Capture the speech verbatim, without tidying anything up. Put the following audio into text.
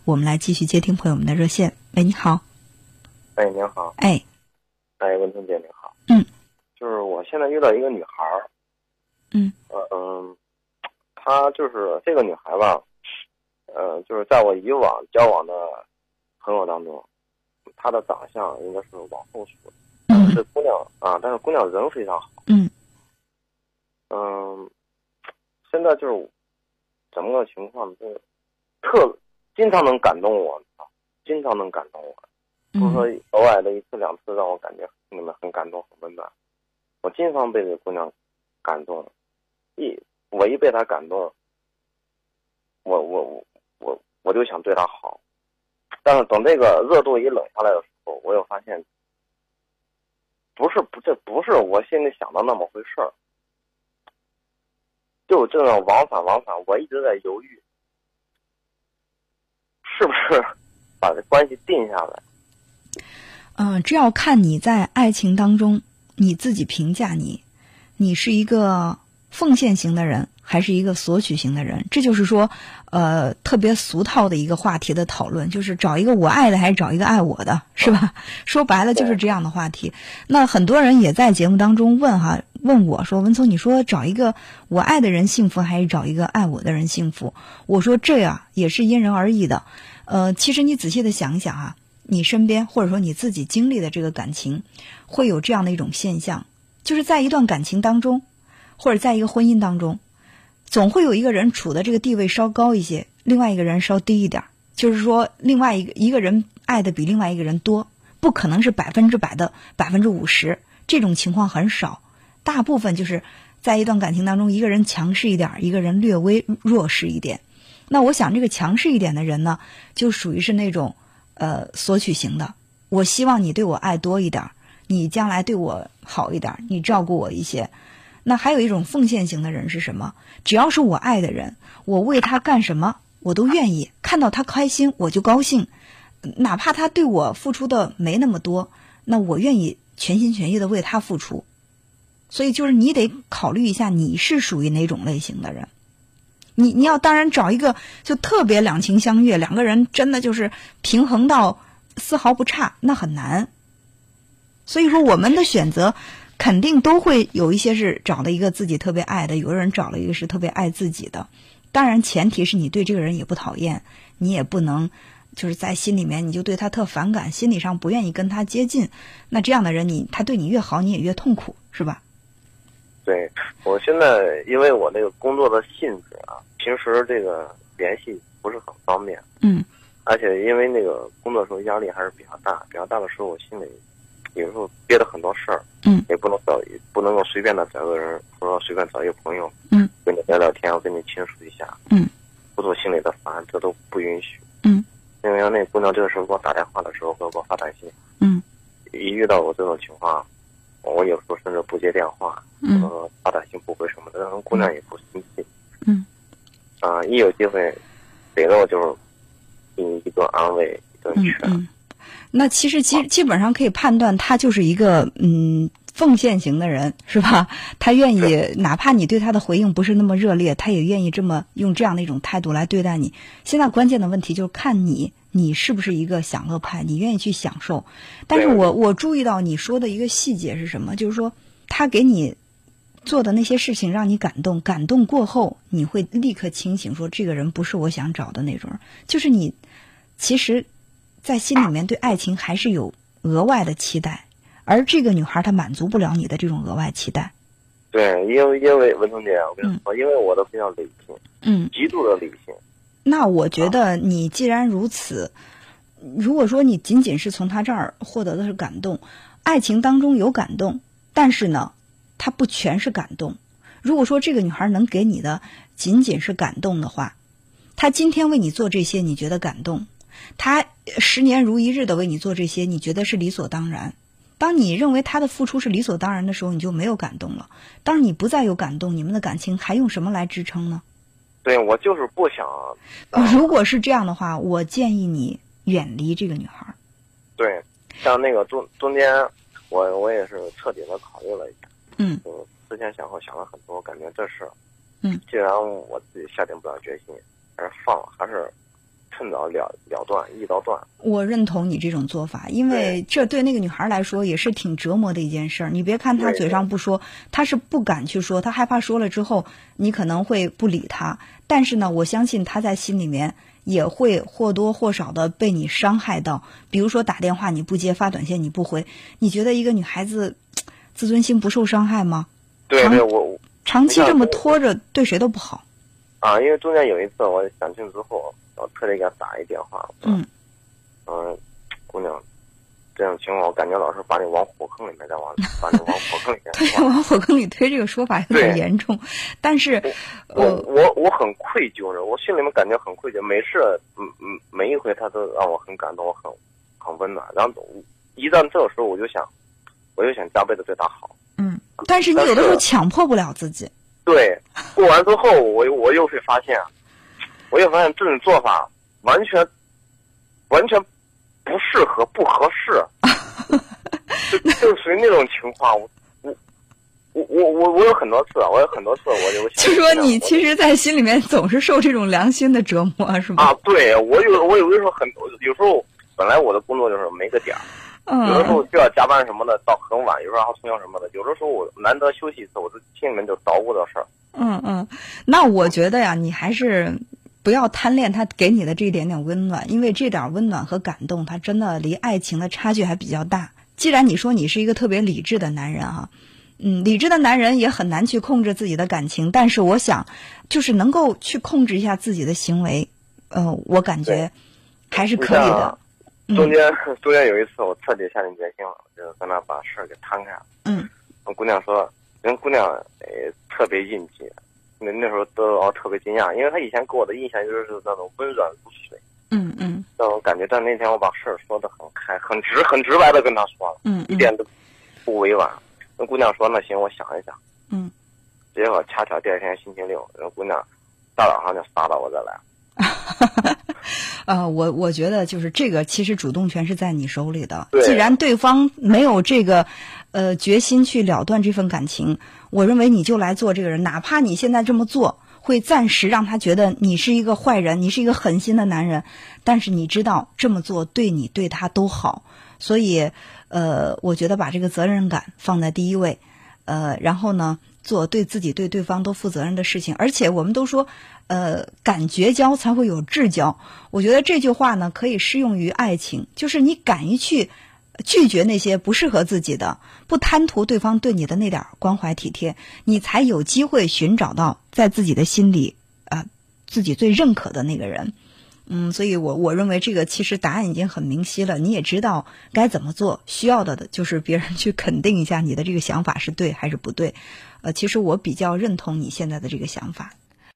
我们来继续接听朋友们的热线。喂，你好。 哎，您好。 哎， 哎，文彤姐您好。 嗯， 就是我现在遇到一个女孩儿。 嗯。 呃嗯，她就是这个女孩吧，呃，就是在我以往交往的朋友当中，她的长相应该是往后数，但是这姑娘啊，但是姑娘人非常好。 嗯。 嗯，现在就是怎么个情况，就是特经常能感动我，经常能感动我。不是说偶尔的一次两次让我感觉心里面很感动很温暖，我经常被这姑娘感动，一我一被她感动，我我我我我就想对她好，但是等这个热度一冷下来的时候，我又发现不是不这不是我心里想的那么回事儿，就这种往返往返，我一直在犹豫，是不是把这关系定下来。 嗯，这要看你在爱情当中你自己评价你，你是一个奉献型的人还是一个索取型的人。这就是说呃，特别俗套的一个话题的讨论，就是找一个我爱的还是找一个爱我的，是吧？说白了就是这样的话题。那很多人也在节目当中问哈，问我说，文聪，你说找一个我爱的人幸福还是找一个爱我的人幸福？我说这呀也是因人而异的。呃，其实你仔细的想一想啊，你身边或者说你自己经历的这个感情会有这样的一种现象，就是在一段感情当中或者在一个婚姻当中，总会有一个人处的这个地位稍高一些，另外一个人稍低一点，就是说另外一个一个人爱的比另外一个人多，不可能是百分之百的百分之五十，这种情况很少，大部分就是在一段感情当中，一个人强势一点，一个人略微弱势一点。那我想这个强势一点的人呢，就属于是那种呃索取型的，我希望你对我爱多一点，你将来对我好一点，你照顾我一些。那还有一种奉献型的人是什么？只要是我爱的人，我为他干什么我都愿意，看到他开心我就高兴，哪怕他对我付出的没那么多，那我愿意全心全意的为他付出。所以就是你得考虑一下你是属于哪种类型的人。你你要当然找一个就特别两情相悦，两个人真的就是平衡到丝毫不差，那很难。所以说我们的选择肯定都会有一些是找了一个自己特别爱的，有的人找了一个是特别爱自己的。当然前提是你对这个人也不讨厌，你也不能就是在心里面你就对他特反感，心理上不愿意跟他接近，那这样的人你他对你越好你也越痛苦，是吧？ 对，我现在因为我那个工作的性质啊，平时这个联系不是很方便， 嗯， 而且因为那个工作时候压力还是比较大，比较大的时候，我心里有时候憋了很多事儿， 嗯， 也不能找，不能够随便的找个人，或者随便找一个朋友， 嗯， 跟你聊聊天，我跟你倾诉一下， 嗯， 不做心里的烦，这都不允许， 嗯， 因为那姑娘这个时候给我打电话的时候，或者给我发短信， 嗯， 一遇到我这种情况，我有时候甚至不接电话， 嗯， 呃，发短信不回什么的，让姑娘也不生气， 嗯， 啊、呃，一有机会，给了我就是给你一顿安慰，一顿劝。 嗯嗯，那其实基基本上可以判断，他就是一个嗯奉献型的人，是吧？他愿意，哪怕你对他的回应不是那么热烈，他也愿意这么用这样的一种态度来对待你。现在关键的问题就是看你，你是不是一个享乐派，你愿意去享受。但是我我注意到你说的一个细节是什么？就是说他给你做的那些事情让你感动，感动过后你会立刻清醒，说这个人不是我想找的那种人。就是你其实在心里面对爱情还是有额外的期待，而这个女孩她满足不了你的这种额外期待。 对，因为因为文彤姐，我跟你说，嗯、因为我都比较理性， 嗯， 极度的理性。 那我觉得你既然如此，如果说你仅仅是从他这儿获得的是感动，爱情当中有感动，但是呢，它不全是感动。如果说这个女孩能给你的仅仅是感动的话，她今天为你做这些，你觉得感动；她十年如一日的为你做这些，你觉得是理所当然。当你认为她的付出是理所当然的时候，你就没有感动了。当你不再有感动，你们的感情还用什么来支撑呢？ 对，我就是不想。 如果是这样的话，我建议你远离这个女孩。 对，像那个中中间，我我也是彻底的考虑了一下。 嗯。 嗯，思前想后想了很多，感觉这事， 嗯， 既然我自己下定不了决心，还是放，还是趁早了了断，一刀断。 我认同你这种做法，因为这对那个女孩来说也是挺折磨的一件事儿。你别看她嘴上不说，她是不敢去说，她害怕说了之后你可能会不理她。但是呢，我相信她在心里面也会或多或少的被你伤害到。比如说打电话你不接，发短信你不回，你觉得一个女孩子自尊心不受伤害吗？ 对对，我长期这么拖着对谁都不好。 啊，因为中间有一次我想清之后，我特地给她打一电话。 嗯嗯，姑娘，这种情况我感觉老师把你往火坑里面再往把你往火坑里面对，往火坑里推这个说法有点严重，但是我我我很愧疚着，我心里面感觉很愧疚。每次嗯嗯每一回他都让我很感动，我很很温暖。然后一旦这个时候，我就想，我就想加倍的对他好。 嗯，但是你有的时候强迫不了自己。对， 过完之后，我我又会发现，我又发现这种做法完全完全不适合，不合适。就就属于那种情况，我我我我我有很多次，我有很多次，我就就说你其实，在心里面总是受这种良心的折磨，是吧？ 啊，对，我有我有的时候很有时候本来我的工作就是没个点儿。 嗯， 有的时候就要加班什么的，到很晚，有时候还通宵什么的。有的时候我难得休息一次，我就心里面就捣鼓这事儿。 嗯嗯，那我觉得呀，你还是不要贪恋他给你的这一点点温暖，因为这点温暖和感动，它真的离爱情的差距还比较大。既然你说你是一个特别理智的男人哈，嗯，理智的男人也很难去控制自己的感情，但是我想，就是能够去控制一下自己的行为，呃，我感觉还是可以的。 中间中间有一次，我彻底下定决心了，就是跟他把事儿给摊开了。 嗯， 我姑娘说，人姑娘呃特别应激，那那时候都哦特别惊讶，因为她以前给我的印象就是那种温软如水。 嗯嗯， 那种感觉。但那天我把事儿说得很开，很直，很直白的跟她说了， 嗯， 一点都不委婉。那姑娘说那行，我想一想。 嗯， 结果恰巧第二天星期六，那姑娘大早上就杀到我这来。 呃，我我觉得就是这个，其实主动权是在你手里的。既然对方没有这个，呃，决心去了断这份感情，我认为你就来做这个人，哪怕你现在这么做会暂时让他觉得你是一个坏人，你是一个狠心的男人，但是你知道这么做对你对他都好，所以，呃，我觉得把这个责任感放在第一位，呃，然后呢，做对自己对对方都负责任的事情。而且我们都说，呃，敢绝交才会有至交。我觉得这句话呢，可以适用于爱情，就是你敢于去拒绝那些不适合自己的，不贪图对方对你的那点关怀体贴，你才有机会寻找到在自己的心里啊、呃，自己最认可的那个人。嗯，所以我我认为这个其实答案已经很明晰了，你也知道该怎么做，需要的的就是别人去肯定一下你的这个想法是对还是不对。呃，其实我比较认同你现在的这个想法。